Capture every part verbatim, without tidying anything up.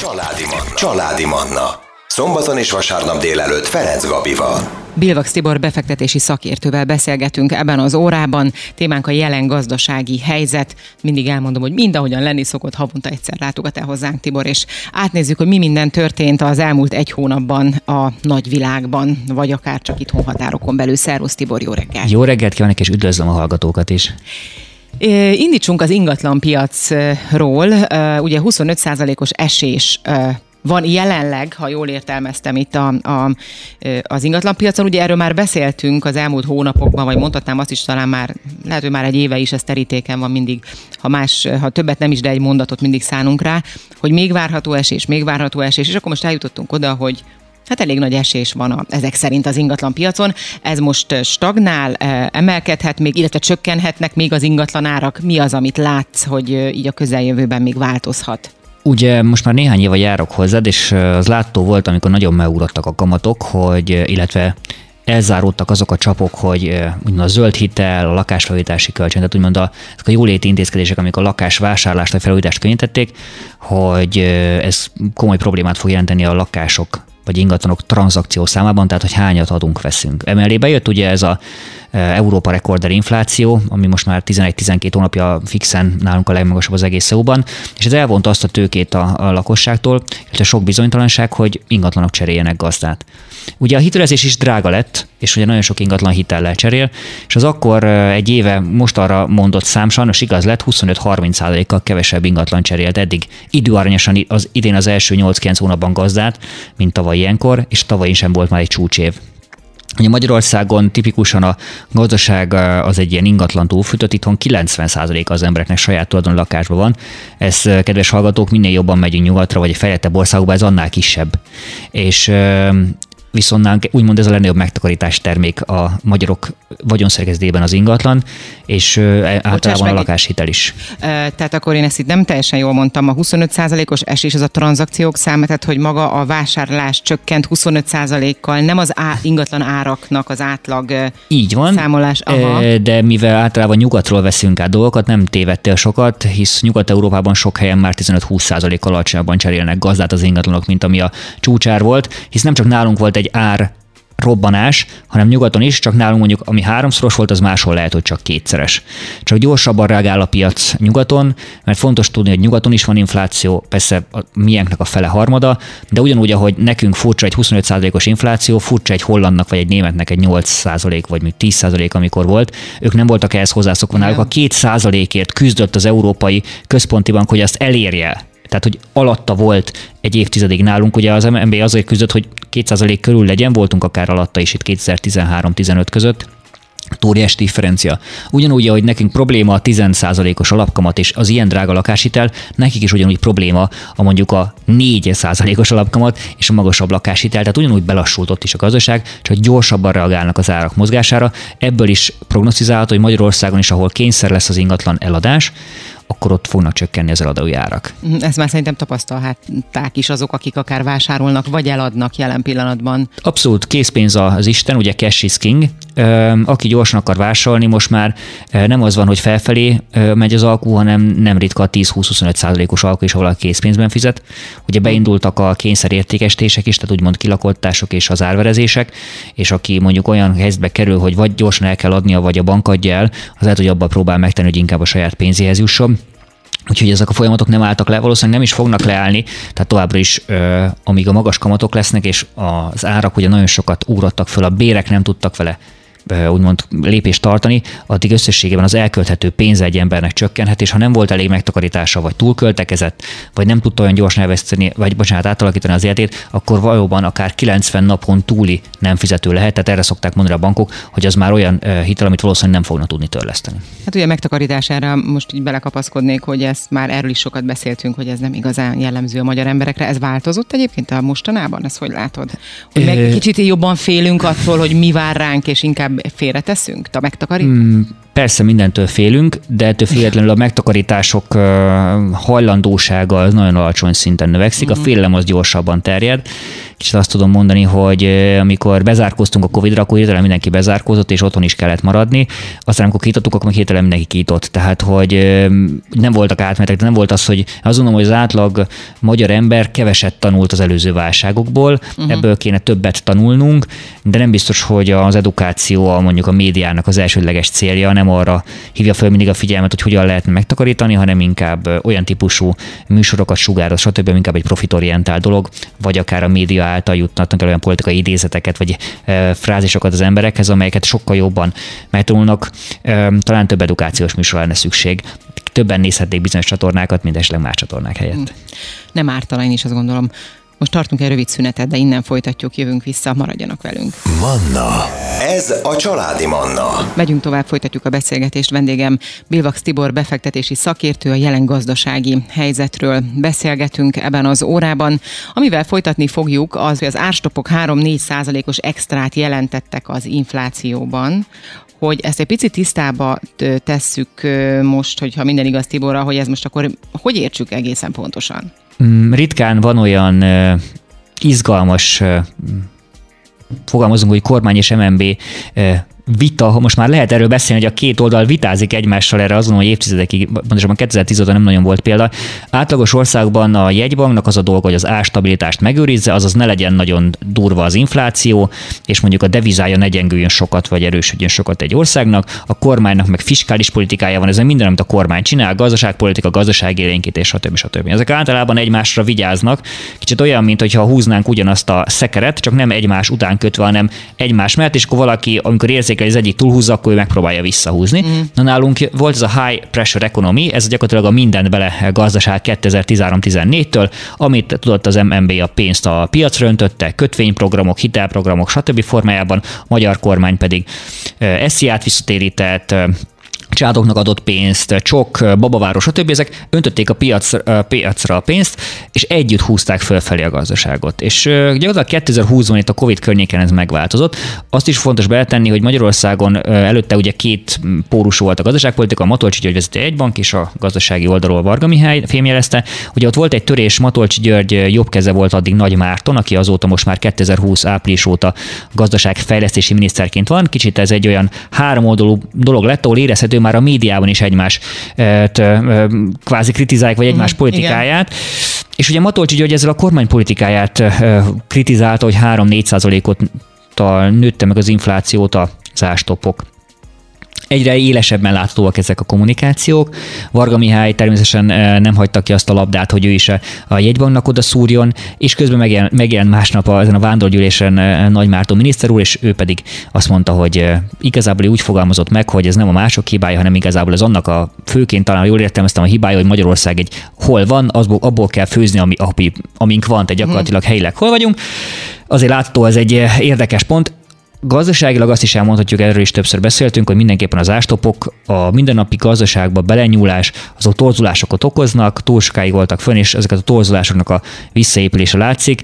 Családi Manna. Családi Manna. Szombaton és vasárnap délelőtt Ferenc Gabival. Bilvax Tibor befektetési szakértővel beszélgetünk ebben az órában. Témánk a jelen gazdasági helyzet. Mindig elmondom, hogy mindahogyan lenni szokott, havonta egyszer látogat el hozzánk Tibor, és átnézzük, hogy mi minden történt az elmúlt egy hónapban a nagyvilágban, vagy akár csak itthon határokon belül. Szervusz Tibor, jó reggelt! Jó reggelt kívánok, és üdvözlöm a hallgatókat is! Indítsunk az ingatlan piacról. Ugye huszonöt százalékos esés van jelenleg, ha jól értelmeztem itt a, a, az ingatlanpiacon. Ugye erről már beszéltünk az elmúlt hónapokban, vagy mondhatnám azt is, talán már, lehet, hogy már egy éve is ez terítéken van mindig, ha más, ha többet nem is, de egy mondatot mindig szánunk rá, hogy még várható esés, még várható esés, és akkor most eljutottunk oda, hogy hát elég nagy esés van a, ezek szerint az ingatlanpiacon. Ez most stagnál, emelkedhet még, illetve csökkenhetnek még az ingatlanárak. Mi az, amit látsz, hogy így a közeljövőben még változhat? Ugye most már néhány éve járok hozzád, és az látható volt, amikor nagyon megugrottak a kamatok, hogy, illetve elzáródtak azok a csapok, hogy úgymond a zöld hitel, a lakásfelújítási kölcsön, tehát úgymond a, ezek a jóléti intézkedések, amik a lakásvásárlást vagy felújítást könnyítették, hogy ez komoly problémát fog jelenteni a lakások vagy ingatlanok tranzakció számában, tehát hogy hányat adunk, veszünk. Emellé bejött ugye ez a Európa rekorder infláció, ami most már tizenegy-tizenkét hónapja fixen nálunk a legmagasabb az egész é u-ban, és ez elvonta azt a tőkét a, a lakosságtól, illetve sok bizonytalanság, hogy ingatlanok cseréljenek gazdát. Ugye a hitelezés is drága lett, és ugye nagyon sok ingatlan hitellel cserél, és az akkor egy éve most arra mondott szám sajnos igaz lett, huszonöt-harminc százalékkal kevesebb ingatlan cserélt eddig időarányosan az idén az első nyolc-kilenc hónapban gazdát, mint tavaly ilyenkor, és tavaly sem volt már egy csúcsév. Ugye Magyarországon tipikusan a gazdaság az egy ilyen ingatlan túlfűtött, itthon kilencven százalék az embereknek saját tulajdonú lakásban van. Ez, kedves hallgatók, minél jobban megyünk nyugatra, vagy a fejlettebb országokba, ez annál kisebb. És viszont nálunk úgymond ez a legnagyobb megtakarítási termék a magyarok vagyonszerkezetében az ingatlan, és általában a lakáshitel is. Tehát akkor én ezt itt nem teljesen jól mondtam, a huszonöt százalékos esés az a tranzakciók száma, tehát hogy maga a vásárlás csökkent huszonöt százalékkal, nem az á, ingatlan áraknak az átlag így van, számolás. Aha. De mivel általában nyugatról veszünk át dolgokat, nem tévedtél sokat, hisz Nyugat-Európában sok helyen már tizenöt-húsz százalékkal alacsonyabban cserélnek gazdát az ingatlanok, mint ami a csúcsár volt, hisz nem csak nálunk volt egy ár robbanás, hanem nyugaton is, csak nálunk mondjuk, ami háromszoros volt, az máshol lehet, hogy csak kétszeres. Csak gyorsabban reagál a piac nyugaton, mert fontos tudni, hogy nyugaton is van infláció, persze a miénknek a fele harmada, de ugyanúgy, ahogy nekünk furcsa egy huszonöt százalékos infláció, furcsa egy hollandnak vagy egy németnek egy nyolc százalék vagy még tíz százalék, amikor volt, ők nem voltak ehhez hozzászokva, náluk a két százalékért küzdött az Európai Központi Bank, hogy azt elérje. Tehát, hogy alatta volt egy évtizedig nálunk, ugye az em bé azért küzdött, hogy két százalék körül legyen, voltunk akár alatta is itt kétezer-tizenhárom-tizenöt között, óriási differencia. Ugyanúgy, ahogy nekünk probléma a tíz százalékos alapkamat és az ilyen drága lakáshitel, nekik is ugyanúgy probléma a mondjuk a négy százalékos alapkamat és a magasabb lakáshitel, tehát ugyanúgy belasult ott is a gazdaság, csak gyorsabban reagálnak az árak mozgására. Ebből is prognosztizálható, hogy Magyarországon is, ahol kényszer lesz az ingatlan eladás, akkor ott fognak csökkenni az eladói árak. Ezt már szerintem tapasztalhatták is azok, akik akár vásárolnak, vagy eladnak jelen pillanatban. Abszolút, készpénz az Isten, ugye cash is king. Aki gyorsan akar vásárolni, most már nem az van, hogy felfelé megy az alkú, hanem nem ritka a tíz-húsz-huszonöt százalékos alkú is, ahol a készpénzben fizet. Ugye beindultak a kényszerértékesítések is, tehát úgymond kilakoltások és az árverezések, és aki mondjuk olyan helyzetbe kerül, hogy vagy gyorsan el kell adnia, vagy a bank adja el, az lehet, hogy abban próbál megtenni, hogy inkább a saját pénzéhez jusson. Úgyhogy ezek a folyamatok nem álltak le, valószínűleg nem is fognak leállni, tehát továbbra is, ö, amíg a magas kamatok lesznek, és az árak ugye nagyon sokat ugrottak föl, a bérek nem tudtak vele úgymond lépést tartani, addig összességében az elkölthető pénze egy embernek csökkenhet, és ha nem volt elég megtakarítása, vagy túlköltekezett, vagy nem tudta olyan gyorsan elveszteni, vagy bocsánat, átalakítani az életét, akkor valóban akár kilencven napon túli nem fizető lehet, tehát erre szokták mondani a bankok, hogy az már olyan hitel, amit valószínűleg nem fognak tudni törleszteni. Hát ugye megtakarítására most így belekapaszkodnék, hogy ezt már erről is sokat beszéltünk, hogy ez nem igazán jellemző a magyar emberekre. Ez változott egyébként a mostanában? Ezt hogy látod? Hogy meg kicsit jobban félünk attól, hogy mi vár ránk, és inkább félreteszünk a megtakarítást? Hmm. Persze mindentől félünk, de ettől függetlenül a megtakarítások hajlandósága az nagyon alacsony szinten növekszik, uh-huh. a félelem az gyorsabban terjed. Kicsit azt tudom mondani, hogy amikor bezárkóztunk a Covidra, akkor hirtelen mindenki bezárkózott, és otthon is kellett maradni. Aztán amikor kinyitottuk, akkor meg hirtelen mindenki kinyitott. Tehát, hogy nem voltak átmenetek, de nem volt az, hogy azt gondolom, hogy az átlag magyar ember keveset tanult az előző válságokból, uh-huh. ebből kéne többet tanulnunk, de nem biztos, hogy az edukáció a, mondjuk a médiának az elsődleges célja, nem arra hívja fel mindig a figyelmet, hogy hogyan lehetne megtakarítani, hanem inkább olyan típusú műsorokat sugároz, stb. Inkább egy profitorientált dolog, vagy akár a média által jutnak el olyan politikai idézeteket, vagy e, frázisokat az emberekhez, amelyeket sokkal jobban megtanulnak. E, talán több edukációs műsorra lenne szükség. Többen nézhetnék bizonyos csatornákat, mint esetleg más csatornák helyett. Nem ártala, én is azt gondolom. Most tartunk egy rövid szünetet, de innen folytatjuk, jövünk vissza, maradjanak velünk. Manna. Ez a Családi Manna. Megyünk tovább, folytatjuk a beszélgetést. Vendégem Bilvax Tibor befektetési szakértő, a jelen gazdasági helyzetről beszélgetünk ebben az órában. Amivel folytatni fogjuk, az, hogy az árstopok három-négy százalékos extrát jelentettek az inflációban. Hogy ezt egy picit tisztába tesszük most, hogyha minden igaz, Tiborra, hogy ez most akkor hogy értsük egészen pontosan? Ritkán van olyan uh, izgalmas, uh, fogalmazunk, hogy kormány és em en bé uh, vita, most már lehet erről beszélni, hogy a két oldal vitázik egymással, erre azon, hogy évtizedekig, pontosabban kétezer-tíz óta nem nagyon volt példa. Átlagos országban a jegybanknak az a dolga, hogy az árstabilitást megőrizze, azaz ne legyen nagyon durva az infláció, és mondjuk a devizája ne gyengüljön sokat, vagy erősödjön sokat egy országnak. A kormánynak meg fiskális politikája van, ez minden, amit a kormány csinál, gazdaságpolitika, gazdaságélénkítés, stb. stb. Ezek általában egymásra vigyáznak. Kicsit olyan, mint hogyha húznánk ugyanazt a szekeret, csak nem egymás után kötve, hanem egymás mellett, és akkor valaki, amikor érzi, hogy az egyik túlhúzza, akkor ő megpróbálja visszahúzni. Mm. Na nálunk volt ez a high pressure economy, ez gyakorlatilag a mindent bele gazdaság kétezer-tizenhárom-tizennégytől, amit tudott az em en bé, a pénzt a piacra öntötte, kötvényprogramok, hitelprogramok, stb. Formájában, a magyar kormány pedig es zé á-t visszatérített, családoknak adott pénzt, csok, babaváros, stb. Ezek öntötték a piac, a piacra a pénzt, és együtt húzták fölfelé a gazdaságot. És gyakorlatilag kétezer-húszban itt a Covid környéken ez megváltozott. Azt is fontos beletenni, hogy Magyarországon előtte ugye két pórusú volt a gazdaságpolitika, a Matolcsy György vezette Jegybank és a gazdasági oldalról Varga Mihály fémjelezte. Ugye ott volt egy törés, Matolcsy György jobb keze volt addig Nagy Márton, aki azóta most már kétezer-húsz április óta gazdaságfejlesztési miniszterként van. Kicsit ez egy olyan háromoldalú dolog lett, ahol érezhető már a médiában is egymást kvázi kritizálják, vagy egymás mm, politikáját. Igen. És ugye Matolcsy György ezzel a kormánypolitikáját kritizálta, hogy három-négy százalékot nőtte meg az inflációt az árstopok. Egyre élesebben láthatóak ezek a kommunikációk. Varga Mihály természetesen nem hagyta ki azt a labdát, hogy ő is a jegybanknak oda szúrjon, és közben megjelent, megjelent másnap ezen a vándorgyűlésen Nagy Márton miniszter úr, és ő pedig azt mondta, hogy igazából úgy fogalmazott meg, hogy ez nem a mások hibája, hanem igazából ez annak a főként, talán jól értelmeztem, a hibája, hogy Magyarország egy hol van, azból, abból kell főzni, ami, ami, amink van, tehát gyakorlatilag helyileg hol vagyunk. Azért látható, ez egy érdekes pont. Gazdaságilag azt is elmondhatjuk, erről is többször beszéltünk, hogy mindenképpen az árstopok, a mindennapi gazdaságba belenyúlás, azok torzulásokat okoznak, túl sokáig voltak fönn, és ezeket a torzulásoknak a visszaépülése látszik.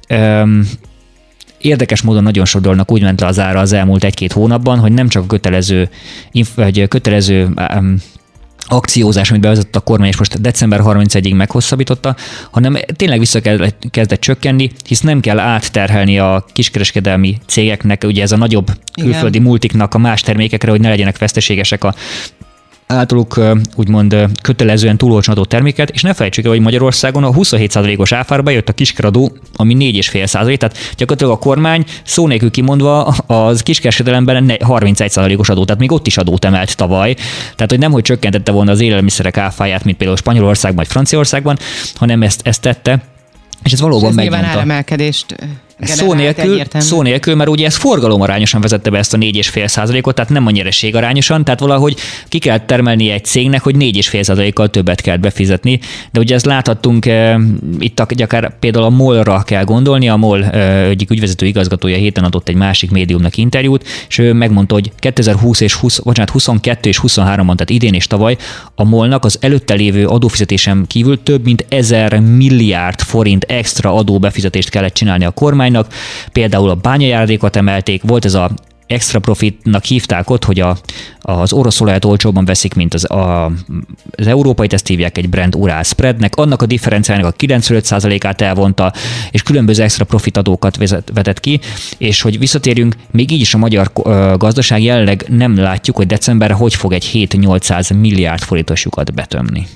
Érdekes módon nagyon sok dolognak úgy ment le az ára az elmúlt egy-két hónapban, hogy nem csak a kötelező, vagy kötelező akciózás, amit bevezetett a kormány, és most december harmincegyedikéig meghosszabbította, hanem tényleg visszakezdett csökkenni, hisz nem kell átterhelni a kiskereskedelmi cégeknek, ugye ez a nagyobb külföldi Igen. multiknak a más termékekre, hogy ne legyenek veszteségesek a általuk úgymond kötelezően túl olcsón adott terméket, és ne felejtsük el, hogy Magyarországon a huszonhét százalékos áfára bejött a kiskeradó, ami négy egész öt százalék, tehát gyakorlatilag a kormány szó nélkül kimondva az kiskereskedelemben harmincegy százalékos adó, tehát még ott is adót emelt tavaly, tehát hogy nem, hogy csökkentette volna az élelmiszerek áfáját, mint például Spanyolországban vagy Franciaországban, hanem ezt, ezt tette, és ez valóban és ez megnyomta. Nyilván áremelkedést Szó nélkül, szó nélkül, mert ugye ez forgalomarányosan vezette be ezt a négy egész öt százalékot, tehát nem a nyereségarányosan, tehát valahogy ki kell termelni egy cégnek, hogy négy egész öt százalékkal többet kell befizetni, de ugye ezt láthattunk, e, itt akár például a MOL-ra kell gondolni, a MOL e, egyik ügyvezető igazgatója héten adott egy másik médiumnak interjút, és ő megmondta, hogy kétezer-húsz és húsz, bocsánat, huszonkettő és huszonháromban, tehát idén és tavaly a MOL-nak az előtte lévő adófizetésen kívül több mint ezer milliárd forint extra adóbefizetést kellett csinálni a kormány. Például a bányajáradékot emelték, volt ez a extra profitnak hívták ott, hogy a, az orosz olajat olcsóbban veszik, mint az, a, az európai, ezt hívják egy Brent Urál spreadnek, annak a differenciának a kilencvenöt százalékát elvonta, és különböző extra profit adókat vezet, vetett ki, és hogy visszatérjünk, még így is a magyar gazdaság jelenleg nem látjuk, hogy decemberre hogy fog egy hét-nyolcszáz milliárd forintos lyukat betömni.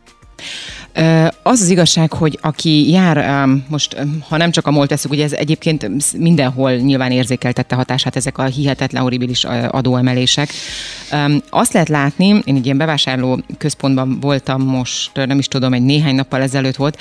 Az az igazság, hogy aki jár, most ha nem csak a MOL tesszük, ugye ez egyébként mindenhol nyilván érzékeltette hatását ezek a hihetetlen horribilis adóemelések. Azt lehet látni, én egy ilyen bevásárló központban voltam most, nem is tudom, egy néhány nappal ezelőtt volt,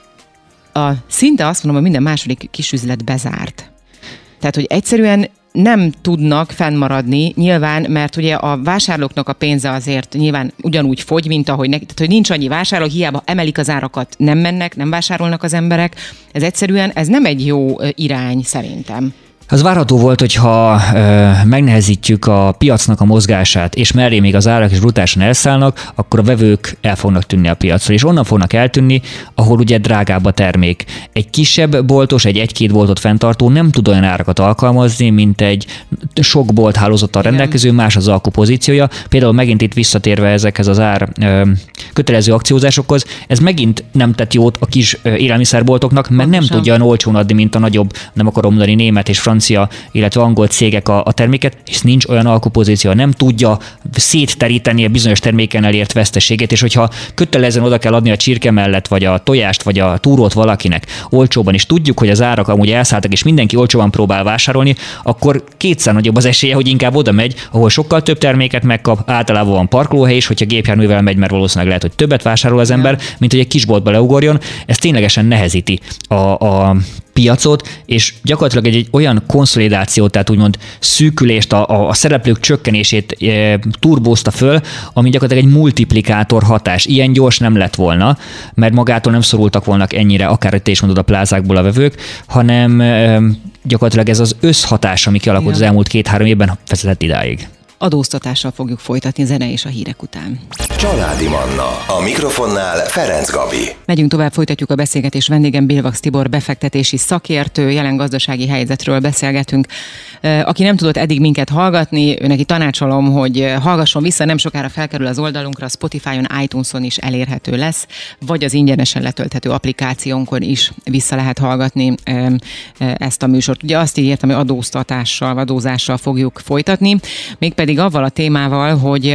a, szinte azt mondom, hogy minden második kisüzlet bezárt. Tehát, hogy egyszerűen nem tudnak fennmaradni, nyilván, mert ugye a vásárlóknak a pénze azért nyilván ugyanúgy fogy, mint ahogy neki, tehát hogy nincs annyi vásárló, hiába emelik az árakat, nem mennek, nem vásárolnak az emberek. Ez egyszerűen, ez nem egy jó irány szerintem. Az várható volt, hogyha ö, megnehezítjük a piacnak a mozgását, és mellé még az árak is brutálisan elszállnak, akkor a vevők el fognak tűnni a piacról, és onnan fognak eltűnni, ahol ugye drágább a termék. Egy kisebb boltos, egy egy-két boltot fenntartó nem tud olyan árakat alkalmazni, mint egy sok bolt hálózattal rendelkező, más az alkupozíciója. Például megint itt visszatérve ezekhez az ár ö, kötelező akciózásokhoz, ez megint nem tett jót a kis ö, élelmiszerboltoknak, mert Pontosan. nem tudja olyan olcsón adni, mint a nagyobb, nem akarom mondani, német és francia, illetve angol cégek a, a terméket, és nincs olyan alkupozíció, nem tudja szétteríteni a bizonyos terméken elért veszteségét, és hogyha kötelezően oda kell adni a csirke mellett, vagy a tojást, vagy a túrót valakinek olcsóban, és tudjuk, hogy az árak amúgy elszálltak, és mindenki olcsóban próbál vásárolni, akkor kétszer nagyobb az esélye, hogy inkább oda megy, ahol sokkal több terméket megkap, általában van parkolóhely is, hogyha gépjárművel megy, mert valószínűleg lehet, hogy többet vásárol az ember, mint hogy egy kisboltba leugorjon. Ez ténylegesen nehezíti a, a piacot, és gyakorlatilag egy, egy olyan konszolidációt, tehát úgymond szűkülést, a, a, a szereplők csökkenését e, turbózta föl, ami gyakorlatilag egy multiplikátor hatás. Ilyen gyors nem lett volna, mert magától nem szorultak volna ennyire, akár te is mondod a plázákból a vevők, hanem e, gyakorlatilag ez az összhatás, ami kialakult ja. az elmúlt két-három évben, vezetett idáig. Adóztatással fogjuk folytatni zene és a hírek után. Családi Manna. A mikrofonnál Ferenc Gabi. Megyünk tovább, folytatjuk a beszélgetés. Vendégem Bilvax Tibor, befektetési szakértő, jelen gazdasági helyzetről beszélgetünk. Aki nem tudott eddig minket hallgatni, őneki tanácsolom, hogy hallgasson vissza, nem sokára felkerül az oldalunkra, a Spotify-on, iTunes-on is elérhető lesz, vagy az ingyenesen letölthető applikációnkon is vissza lehet hallgatni ezt a műsort. Ugye azt írtam, hogy adóztatással, adózással fogjuk folytatni, mégpedig avval a témával, hogy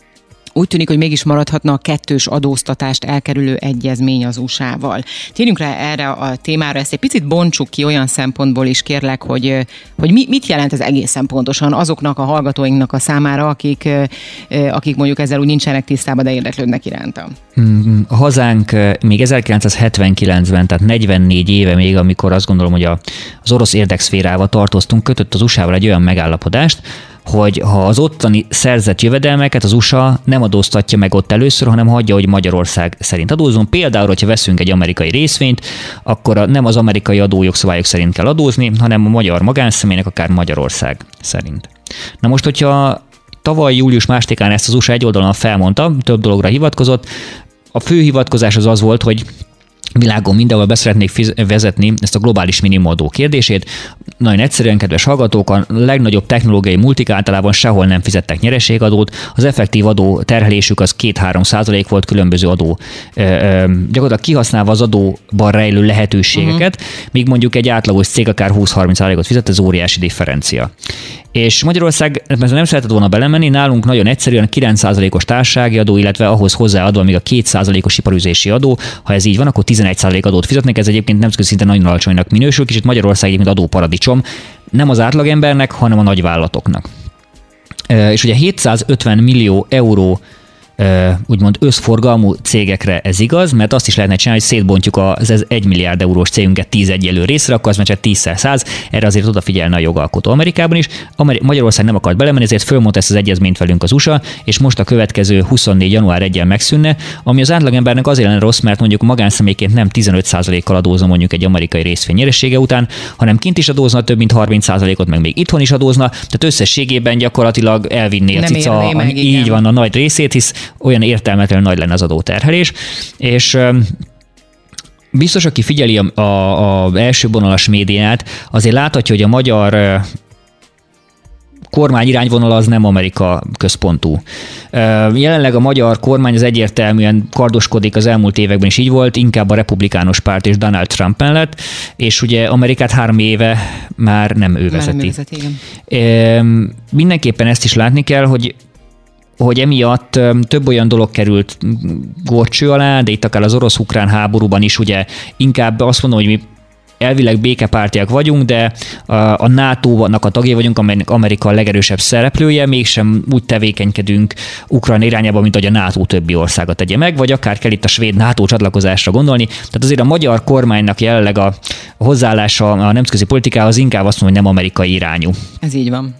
úgy tűnik, hogy mégis maradhatna a kettős adóztatást elkerülő egyezmény az u es á-val. Térjünk rá erre a témára, ezt egy picit bontsuk ki olyan szempontból is, kérlek, hogy, hogy mi, mit jelent ez egészen pontosan azoknak a hallgatóinknak a számára, akik, akik mondjuk ezzel úgy nincsenek tisztában, de érdeklődnek iránta. A hazánk még ezerkilencszázhetvenkilencben, tehát negyvennégy éve még, amikor azt gondolom, hogy a, az orosz érdekszférával tartoztunk, kötött az u es á-val egy olyan megállapodást, hogy ha az ottani szerzett jövedelmeket az u es á nem adóztatja meg ott először, hanem hagyja, hogy Magyarország szerint adózzon. Például, hogyha veszünk egy amerikai részvényt, akkor a, nem az amerikai adójogszabályok szerint kell adózni, hanem a magyar magánszemélynek akár Magyarország szerint. Na most, hogyha tavaly július másodikán ezt az u es á egy oldalon felmondta, több dologra hivatkozott, a fő hivatkozás az az volt, hogy világon mindenhol beszeretnék fiz- vezetni ezt a globális minimumadó kérdését. Nagyon egyszerűen, kedves hallgatók, a legnagyobb technológiai multik általában sehol nem fizettek nyereségadót, az effektív adó terhelésük az két-három százalék volt, különböző adó, ö, ö, gyakorlatilag kihasználva az adóban rejlő lehetőségeket, uh-huh. míg mondjuk egy átlagos cég akár húsz-harminc százalékot fizet, ez óriási differencia. És Magyarország nem szeretett volna belemenni, nálunk nagyon egyszerűen a kilenc százalékos társasági adó, illetve ahhoz hozzáadva még a két százalékos iparüzési adó, ha ez így van, akkor tizenegy százalék adót fizetnek, ez egyébként nemzetközi szinten nagyon alacsonynak minősül, kicsit Magyarország egyébként adóparadicsom, nem az átlagembernek, hanem a nagyvállalatoknak. És ugye hétszázötven millió euró úgymond összforgalmú cégekre ez igaz, mert azt is lehetne csinálni, hogy szétbontjuk az egy milliárd eurós cégünket tíz egyenlő részre, akkor az már csak tízszer száz, erre azért odafigyelne a jogalkotó Amerikában is. Magyarország nem akart belemenni, ezért fölmondta ezt az egyezményt velünk az u es á, és most a következő huszonnégy január elsején megszűnne, ami az átlagembernek azért lenne rossz, mert mondjuk magánszemélyként nem tizenöt százalékkal adózna mondjuk egy amerikai részvény nyeresége után, hanem kint is adózna több mint harminc százalékot, meg még itthon is adózna, tehát összességében gyakorlatilag elvinné a cica, meg, így igen. van a nagy részét, hisz olyan értelmetlenül nagy lenne az adóterhelés, és biztos, aki figyeli a, a, a első vonalas médiát, azért láthatja, hogy a magyar kormány irányvonal az nem Amerika központú. Jelenleg a magyar kormány az egyértelműen kardoskodik, az elmúlt években is így volt, inkább a republikánus párt és Donald Trump mellett, és ugye Amerikát három éve már nem ő vezeti. Már nem ő vezeti, igen. Mindenképpen ezt is látni kell, hogy hogy emiatt több olyan dolog került górcső alá, de itt akár az orosz-ukrán háborúban is ugye inkább azt mondom, hogy mi elvileg békepártiak vagyunk, de a nátónak a tagjai vagyunk, amelynek Amerika a legerősebb szereplője, mégsem úgy tevékenykedünk Ukrajna irányába, mint hogy a NATO többi országa tegye meg, vagy akár kell itt a svéd NATO csatlakozásra gondolni. Tehát azért a magyar kormánynak jelenleg a hozzáállása a nemzetközi politikához inkább azt mondom, hogy nem amerikai irányú. Ez így van.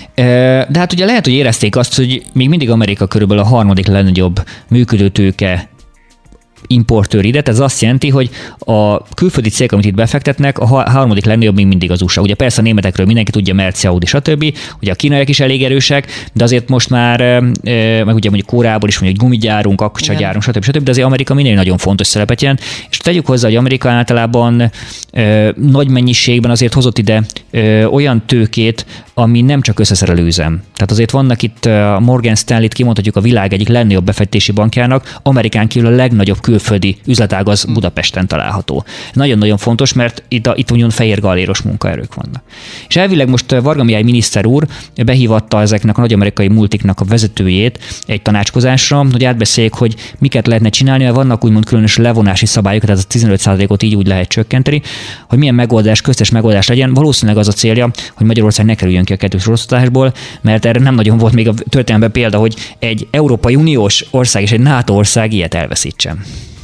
De hát ugye lehet, hogy érezték azt, hogy még mindig Amerika körülbelül a harmadik legnagyobb működő tőke importőr ide, ez azt jelenti, hogy a külföldi cégek, amit itt befektetnek, a harmadik legnagyobb még mindig az u es á. Ugye persze a németekről mindenki tudja, Merci, Audi, stb. Ugye a kínaiak is elég erősek, de azért most már, meg ugye mondjuk Koreából is mondjuk gumigyárunk, akcsagyárunk, stb. stb. De azért Amerika minél nagyon fontos szerepet jelent, és tegyük hozzá, hogy Amerika általában ö, nagy mennyiségben azért hozott ide ö, olyan tőkét, ami nem csak összeszerelő üzem. Tehát azért vannak itt a Morgan Stanley-t kimondhatjuk a világ egyik legnagyobb befektetési bankjának, Amerikán kívül a legnagyobb külföldi üzletág az Budapesten található. Nagyon-nagyon fontos, mert itt, a, itt úgymond fehér galéros munkaerők vannak. És elvileg most Varga Mihály miniszter úr behívatta ezeknek a nagy amerikai multiknak a vezetőjét egy tanácskozásra, hogy átbeszéljék, hogy miket lehetne csinálni, mert vannak úgymond különös levonási szabályok, tehát a tizenöt százalékot így úgy lehet csökkenteni, hogy milyen megoldás, köztes megoldás legyen. Valószínűleg az a célja, hogy Magyarország ne kerüljön ki a kettős osztozásból, mert erre nem nagyon volt még a történelemben példa, hogy egy Európai Uniós ország és egy NATO ország ilyet elveszítsen.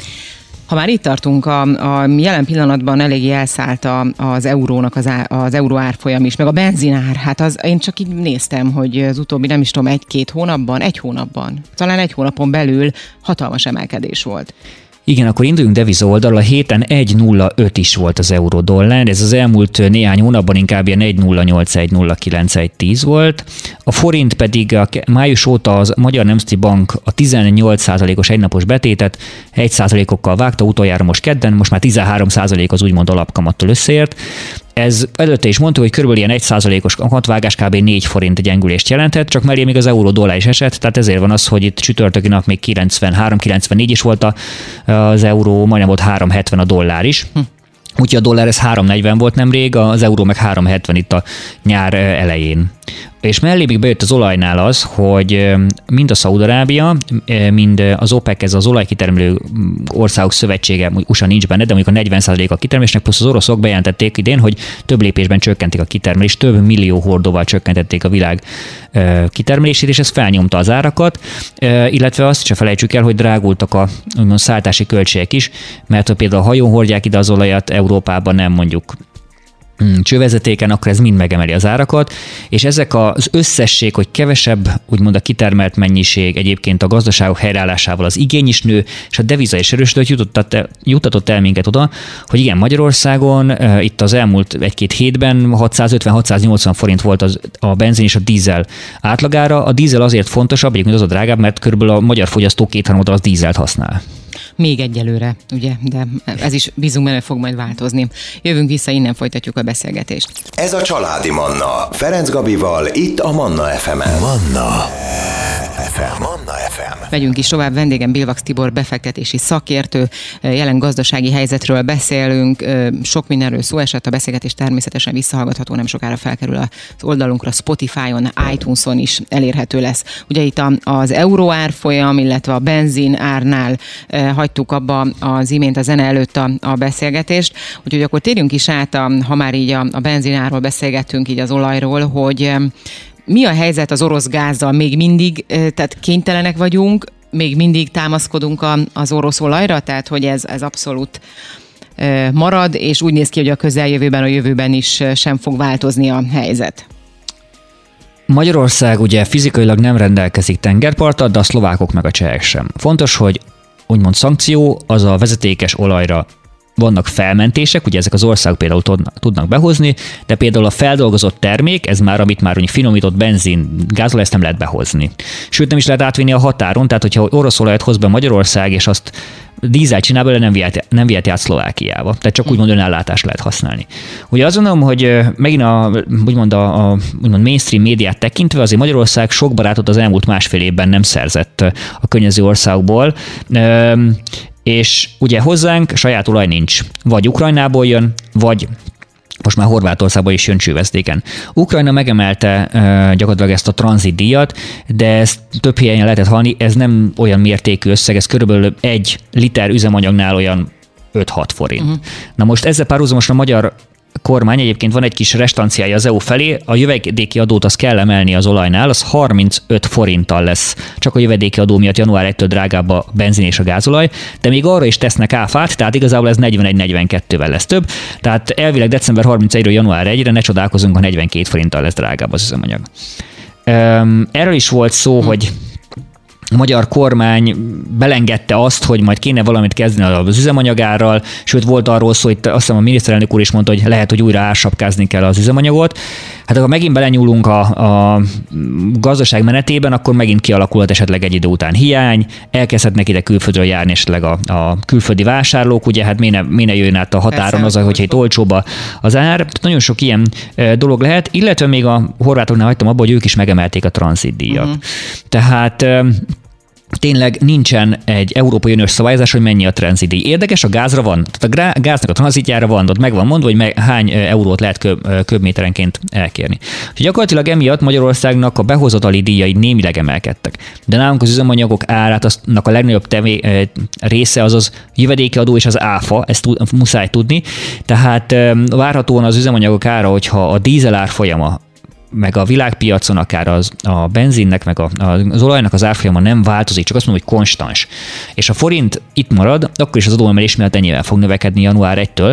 Ha már itt tartunk, a, a jelen pillanatban eléggé elszállt a, az eurónak az, á, az euró árfolyam is, meg a benzinár. Hát az, én csak így néztem, hogy az utóbbi nem is tudom, egy-két hónapban, egy hónapban, talán egy hónapon belül hatalmas emelkedés volt. Igen, akkor induljunk deviza oldalra. A héten egy nulla öt is volt az euró-dollár, ez az elmúlt néhány hónapban inkább ilyen egy nulla nyolc, egy nulla kilenc, egy tíz volt. A forint pedig a május óta az Magyar Nemzeti Bank a tizennyolc százalékos egynapos betétet egy százalékokkal vágta, utoljára most kedden, most már tizenhárom százalék az úgymond alapkamattól összeért. Ez előtte is mondtuk, hogy körülbelül ilyen egy százalékos kamatvágás kb. négy forint gyengülést jelenthet, csak mellé még az euró-dollár is esett, tehát ezért van az, hogy itt csütörtöki nap még kilencvenhárom kilencvennégy is volt az euró, majdnem volt három hetven a dollár is. Hm. Úgyhogy a dollár ez három negyven volt nemrég, az euró meg három hetven itt a nyár elején. És mellé még bejött az olajnál az, hogy mind a Szaúd-Arábia, mind az OPEC, ez az olajkitermelő országok szövetsége, u es á nincs benne, de mondjuk a negyven százalék a kitermelésnek, plusz az oroszok bejelentették idén, hogy több lépésben csökkentik a kitermelést, több millió hordóval csökkentették a világ kitermelését, és ez felnyomta az árakat, illetve azt se felejtsük el, hogy drágultak a úgymond szállítási költségek is, mert ha például a hajón hordják ide az olajat, Európában nem mondjuk csővezetéken, akkor ez mind megemeli az árakat, és ezek az összesség, hogy kevesebb úgymond a kitermelt mennyiség, egyébként a gazdaságok helyreállásával az igény is nő, és a deviza is erősödött, juttatott, juttatott el minket oda, hogy igen, Magyarországon itt az elmúlt egy-két hétben hatszázötven-hatszáznyolcvan forint volt az, a benzin és a dízel átlagára. A dízel azért fontosabb, egyébként az a drágább, mert körülbelül a magyar fogyasztó kétharmada az dízelt használ. Még egyelőre, ugye, de ez is bízunk benne, fog majd változni. Jövünk vissza, innen folytatjuk a beszélgetést. Ez a Családi Manna. Ferenc Gabival, itt a Manna ef emen. Manna ef em. Manna ef em. Megyünk is tovább, vendégem Bilvax Tibor befektetési szakértő, jelen gazdasági helyzetről beszélünk, sok mindenről szó esett, a beszélgetés természetesen visszahallgatható, nem sokára felkerül az oldalunkra, Spotify-on, iTunes-on is elérhető lesz. Ugye itt az euró árfolyam, illetve a benzin árnál hagytuk abba az imént a zene előtt a, a beszélgetést, úgyhogy akkor térjünk is át, a, ha már így a, a benzinárról beszélgettünk, így az olajról, hogy mi a helyzet az orosz gázzal? Még mindig, tehát kénytelenek vagyunk, még mindig támaszkodunk a, az orosz olajra, tehát hogy ez, ez abszolút marad, és úgy néz ki, hogy a közeljövőben, a jövőben is sem fog változni a helyzet. Magyarország ugye fizikailag nem rendelkezik tengerparttal, de a szlovákok meg a csehek sem. Fontos, hogy úgymond szankció az a vezetékes olajra vannak felmentések, ugye ezek az országok például tudnak behozni, de például a feldolgozott termék, ez már, amit már mondjuk finomított benzin, gázolaj, ezt nem lehet behozni. Sőt, nem is lehet átvinni a határon, tehát hogyha orosz olajat hoz be Magyarország, és azt dízel csinál belőle, nem vihet, nem vihet át Szlovákiába. Tehát csak úgymond önellátást lehet használni. Ugye azt gondolom, hogy megint a, úgymond a, a úgymond mainstream médiát tekintve azért Magyarország sok barátot az elmúlt másfél évben nem szerzett a környező országokból, és ugye hozzánk saját olaj nincs. Vagy Ukrajnából jön, vagy most már Horvátországban is jön csővezdéken. Ukrajna megemelte uh, gyakorlatilag ezt a tranzitdíjat, de ezt több helyen lehetett hallani, ez nem olyan mértékű összeg, ez körülbelül egy liter üzemanyagnál olyan öt-hat forint. Uh-huh. Na most ezzel párhuzamosan a magyar kormány, egyébként van egy kis restanciája az é u felé, a jövedéki adót azt kell emelni az olajnál, az harmincöt forinttal lesz csak a jövedéki adó miatt január elsejétől drágább a benzin és a gázolaj, de még arra is tesznek áfát, tehát igazából ez negyvenegy-negyvenkettővel lesz több, tehát elvileg december harmincegyedikéről január elsejére ne csodálkozunk, ha negyvenkét forinttal lesz drágább az üzemanyag. Erről is volt szó, hmm. hogy a magyar kormány belengedte azt, hogy majd kéne valamit kezdeni az üzemanyagárral, sőt volt arról szó, hogy azt hiszem a miniszterelnök úr is mondta, hogy lehet, hogy újra ársapkázni kell az üzemanyagot. Hát ha megint belenyúlunk a, a gazdaság menetében, akkor megint kialakulhat esetleg egy idő után hiány, elkezdhetnek ide külföldről járni esetleg a, a külföldi vásárlók, ugye hát miért ne, miért ne jön át a határon az, hogyha itt olcsóbb az ár. nagyon sok ilyen dolog lehet, illetve még a horvátoknál hagytam abba, hogy ők is megemelték a tranzitdíjat. Uh-huh. Tehát tényleg nincsen egy Európai Uniós szabályozás, hogy mennyi a tranzitdíj. Érdekes, a gázra van, tehát a gáznak a tranzitjára van, ott meg van mondva, hogy meg, hány eurót lehet köb, köbméterenként elkérni. És gyakorlatilag emiatt Magyarországnak a behozatali díjai némileg emelkedtek. De nálunk az üzemanyagok árát, aznak a legnagyobb tevé, része az az jövedéki adó és az áfa, ezt tud, muszáj tudni. Tehát várhatóan az üzemanyagok ára, hogyha a dízel árfolyama meg a világpiacon akár az, a benzinnek, meg a, az olajnak az árfolyama nem változik, csak azt mondom, hogy konstans. És a forint itt marad, akkor is az adóemelés miatt ennyivel fog növekedni január elsejétől.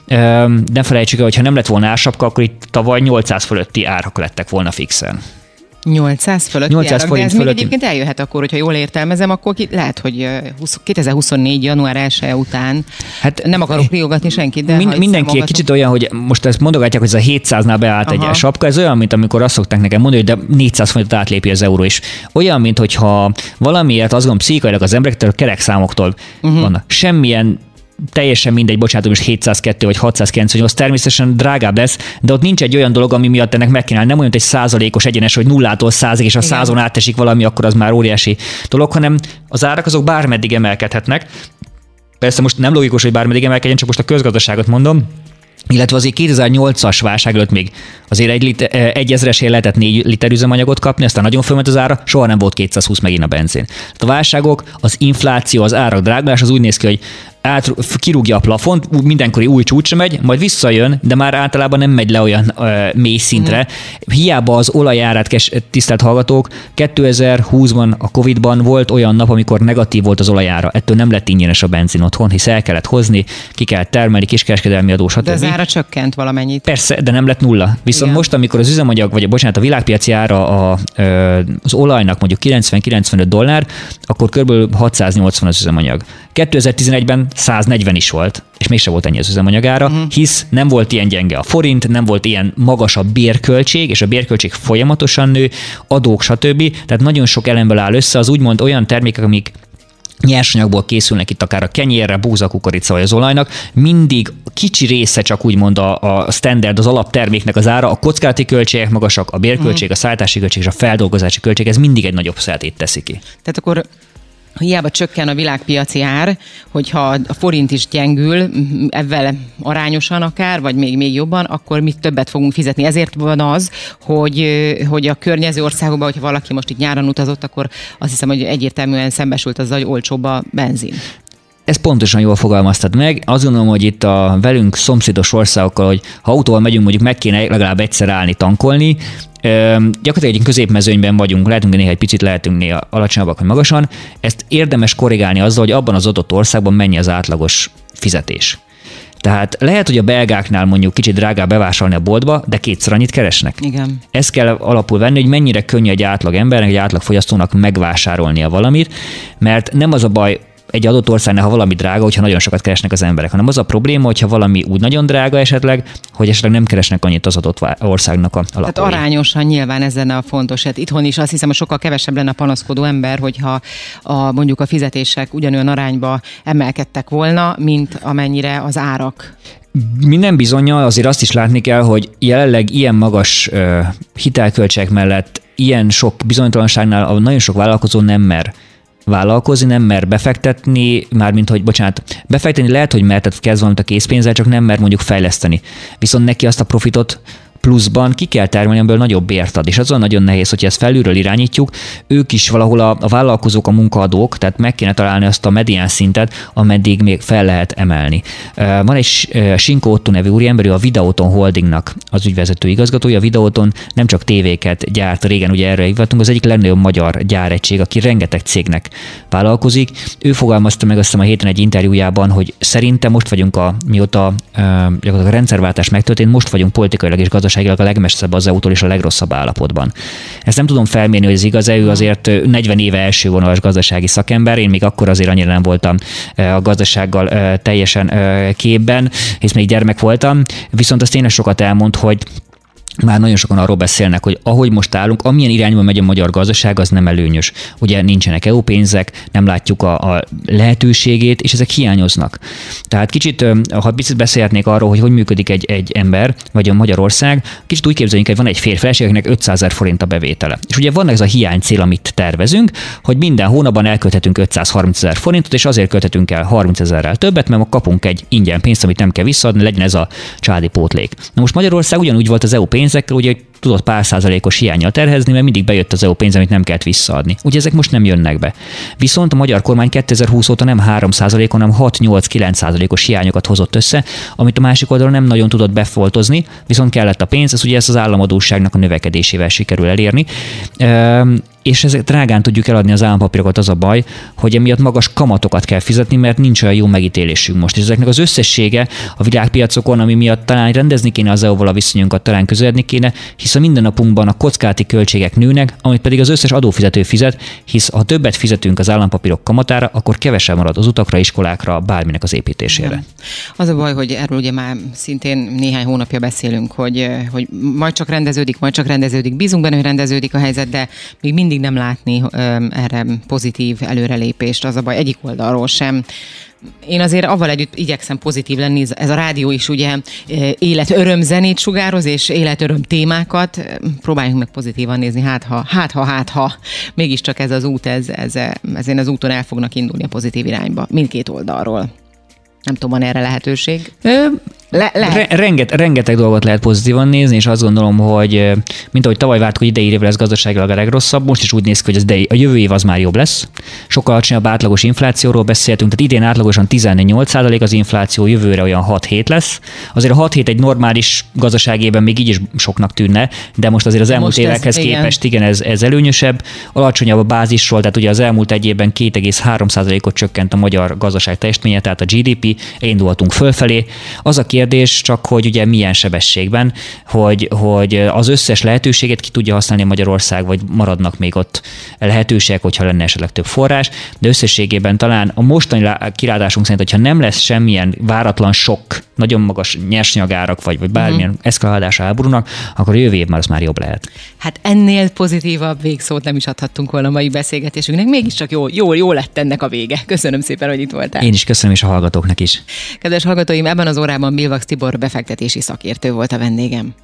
Mm. De felejtsük el, hogy ha nem lett volna ársapka, akkor itt tavaly nyolcszáz fölötti árak lettek volna fixen. nyolcszáz fölötti nyolcszáz árak, forint de ez fölötti. még egyébként eljöhet akkor, hogyha jól értelmezem, akkor ki, lehet, hogy kétezer-huszonnégy. január elseje után, hát nem akarok riogatni senkit, de min- mindenki egy kicsit olyan, hogy most ezt mondogatják, hogy ez a hétszáznál beállt Aha. egy sapka, ez olyan, mint amikor azt szokták nekem mondani, hogy de négyszáz forintot átlépi az euró is. Olyan, mint hogyha valamiért azt gondolom pszichailag az emberektől, kerek számoktól uh-huh. vannak. Semmilyen teljesen mindegy, bocsánat, most hétszázkettő vagy hatszázkilencvennyolc, természetesen drágább lesz, de ott nincs egy olyan dolog, ami miatt ennek meg kéne, nem olyan, hogy egy százalékos egyenes, hogy nullától százig, és a Igen. százon átesik valami, akkor az már óriási dolog, hanem az árak azok bármeddig emelkedhetnek. Persze most nem logikus, hogy bármeddig emelkedjen, csak most a közgazdaságot mondom, illetve azért kétezer-nyolcas válság előtt még azért egy, liter, egy ezresért lehetett négy liter üzemanyagot kapni, aztán nagyon fölment az ára, soha nem volt kétszázhúsz megint a benzin. Tehát a válságok, az infláció, az árak drágulás az úgy néz ki, hogy át, kirúgja a plafont, mindenkori új csúcsra megy, majd visszajön, de már általában nem megy le olyan ö, mély szintre. Mm. Hiába az olajárát, kes, tisztelt hallgatók, kétezer-húszban a Covidban volt olyan nap, amikor negatív volt az olajára. Ettől nem lett ingyenes a benzin otthon, hisz el kellett hozni, ki kellett termelni, kiskereskedelmi adó, stb. De az ára csökkent valamennyit. Persze, de nem lett nulla. Viszont Igen. most, amikor az üzemanyag, vagy bocsánat, a világpiaci ára a, az olajnak mondjuk kilencven-kilencvenöt dollár, akkor kb. hatszáznyolcvan az üzemanyag. kétezer-tizenegyben száznegyven is volt, és mégse volt ennyi az üzemanyagára, uh-huh. hisz nem volt ilyen gyenge a forint, nem volt ilyen magas a bérköltség, és a bérköltség folyamatosan nő, adók, stb. Tehát nagyon sok elemből áll össze az úgymond olyan termékek, amik nyersanyagból készülnek itt akár a kenyérre, búza, kukorica vagy az olajnak, mindig kicsi része csak úgymond a, a standard, az alapterméknek az ára, a kockázati költségek magasak, a bérköltség, a szállítási költség és a feldolgozási költség, ez mindig egy nagyobb szeltét teszi ki. Tehát akkor hiába csökken a világpiaci ár, hogyha a forint is gyengül, ezzel arányosan akár, vagy még, még jobban, akkor mi többet fogunk fizetni. Ezért van az, hogy, hogy a környező országokban, hogyha valaki most itt nyáron utazott, akkor azt hiszem, hogy egyértelműen szembesült azzal, hogy olcsóbb a benzin. Ezt pontosan jól fogalmaztad meg. Azt gondolom, hogy itt a velünk szomszédos országokkal, hogy ha autóval megyünk, mondjuk meg kéne legalább egyszer állni, tankolni, Ö, gyakorlatilag egy középmezőnyben vagyunk, lehetünk néha egy picit, lehetünk néha alacsonyabbak, vagy magasan. Ezt érdemes korrigálni azzal, hogy abban az adott országban mennyi az átlagos fizetés. Tehát lehet, hogy a belgáknál mondjuk kicsit drágább bevásárolni a boltba, de kétszer annyit keresnek. Igen. Ezt kell alapul venni, hogy mennyire könnyű egy átlag embernek, egy átlag fogyasztónak megvásárolnia valamit, mert nem az a baj, egy adott országnál, ha valami drága, hogyha nagyon sokat keresnek az emberek, hanem az a probléma, hogyha valami úgy nagyon drága esetleg, hogy esetleg nem keresnek annyit az adott országnak a lakói. Tehát arányosan nyilván ez lenne a fontos. Hát itthon is azt hiszem, hogy sokkal kevesebb lenne a panaszkodó ember, hogyha a, mondjuk a fizetések ugyanolyan arányba emelkedtek volna, mint amennyire az árak. Minden bizonnyal azért azt is látni kell, hogy jelenleg ilyen magas uh, hitelköltségek mellett, ilyen sok bizonytalanságnál nagyon sok vállalkozó nem mer vállalkozni, nem mer befektetni, mármint, hogy bocsánat, befektetni lehet, hogy mer, tehát kezd valamit a készpénzzel, csak nem mer mondjuk fejleszteni. Viszont neki azt a profitot pluszban ki kell termelni, amiből nagyobb bért ad. És azon nagyon nehéz, hogy ezt felülről irányítjuk, ők is valahol a, a vállalkozók, a munkaadók, tehát meg kéne találni azt a medián szintet, ameddig még fel lehet emelni. Van egy Sinko Otto nevű úriember, ő a Videoton Holdingnak az ügyvezető igazgatója. A Videoton nem csak tévéket gyárt, régen ugye erre hívhatunk, az egyik legnagyobb magyar gyáregység, aki rengeteg cégnek vállalkozik. Ő fogalmazta meg azt hiszem a héten egy interjújában, hogy szerintem most vagyunk, a, mióta a rendszerváltás megtörtént, most vagyunk politikailag és gazdaságilag a legmesszebb az é u-tól és a legrosszabb állapotban. Ezt nem tudom felmérni, hogy ez igaz-e, ő azért negyven éve első vonalas gazdasági szakember, én még akkor azért annyira nem voltam a gazdasággal teljesen képben, hisz még gyermek voltam, viszont az tényleg sokat elmond, hogy már nagyon sokan arról beszélnek, hogy ahogy most állunk, amilyen irányba megy a magyar gazdaság, az nem előnyös. Ugye nincsenek é u pénzek, nem látjuk a, a lehetőségét, és ezek hiányoznak. Tehát kicsit, ha picit beszélhetnék arról, hogy hogy működik egy, egy ember, vagy a Magyarország, kicsit úgy képzeljünk, hogy van egy férfi feleség, akinek ötszázezer forint a bevétele. És ugye van ez a hiány cél, amit tervezünk, hogy minden hónapban elkölthetünk ötszázharmincezer forintot, és azért költhetünk el harmincezerrel többet, mert kapunk egy ingyen pénzt, amit nem kell visszaadni, legyen ez a családi pótlék. Na most Magyarország ugyanúgy volt az é u pénzekkel, ugye tudott pár százalékos hiánnyal terhezni, mert mindig bejött az é u pénz, amit nem kellett visszaadni. Ugye ezek most nem jönnek be. Viszont a magyar kormány kétezer-húsz óta nem három százalékon, hanem hat-nyolc-kilenc százalékos hiányokat hozott össze, amit a másik oldalon nem nagyon tudott befoltozni, viszont kellett a pénz, ez ugye ezt az államadósságnak a növekedésével sikerül elérni. Üm, és ezek drágán tudjuk eladni az állampapírokat, az a baj, hogy emiatt magas kamatokat kell fizetni, mert nincs olyan jó megítélésünk most. És ezeknek az összessége a világpiacokon, ami miatt talán rendezni kéne az é u-val a viszonyunkat, talán közeledni kéne, hisz a mindennapunkban a kockázati költségek nőnek, amit pedig az összes adófizető fizet, hisz ha többet fizetünk az állampapírok kamatára, akkor kevesebb marad az utakra, iskolákra, bárminek az építésére. Nem. Az a baj, hogy erről ugye már szintén néhány hónapja beszélünk, hogy, hogy majd csak rendeződik, majd csak rendeződik, bízunk benne, hogy rendeződik a helyzet, de még mindig nem látni um, erre pozitív előrelépést, az a baj egyik oldalról sem. Én azért avval együtt igyekszem pozitív lenni, ez a rádió is ugye életöröm zenét sugároz, és életöröm témákat, próbáljunk meg pozitívan nézni, hát ha, hát ha, hát ha, mégiscsak ez az út, ez, ez, ezen az úton el fognak indulni a pozitív irányba, mindkét oldalról. Nem tudom, van erre lehetőség? Le, Re- renget, rengeteg dolgot lehet pozitívan nézni, és azt gondolom, hogy mint ahogy tavaly vártuk, hogy idei évre lesz gazdaságilag a legrosszabb, most is úgy néz ki, hogy az idei, a jövő év az már jobb lesz. Sokkal alacsonyabb átlagos inflációról beszéltünk, tehát idén átlagosan tizennyolc százalék az infláció, jövőre olyan hat-hét lesz. Azért a hat-hét egy normális gazdaságében még így is soknak tűnne, de most azért az elmúlt most évekhez ez, képest igen, igen ez, ez előnyösebb. Alacsonyabb a bázisról, tehát ugye az elmúlt egy évben két egész három százalékot csökkent a magyar gazdaság teljesítménye, tehát a gé dé pé, indulhatunk fölfelé. Az a kérdés csak, hogy ugye milyen sebességben, hogy, hogy az összes lehetőséget ki tudja használni Magyarország, vagy maradnak még ott lehetőségek, hogyha lenne esetleg több forrás, de összességében talán a mostani kilátásunk szerint, hogyha nem lesz semmilyen váratlan sok, nagyon magas nyersanyagárak, vagy, vagy bármilyen uh-huh. eszkalálás a háborúnak, akkor a jövő év már az már jobb lehet. Hát ennél pozitívabb végszót nem is adhattunk volna a mai beszélgetésünknek, mégiscsak jó, jó, jó lett ennek a vége. Köszönöm szépen, hogy itt voltál. Én is köszönöm, és a hallgatóknak is. Kedves hallgatóim, ebben az órában Bilvax Tibor befektetési szakértő volt a vendégem.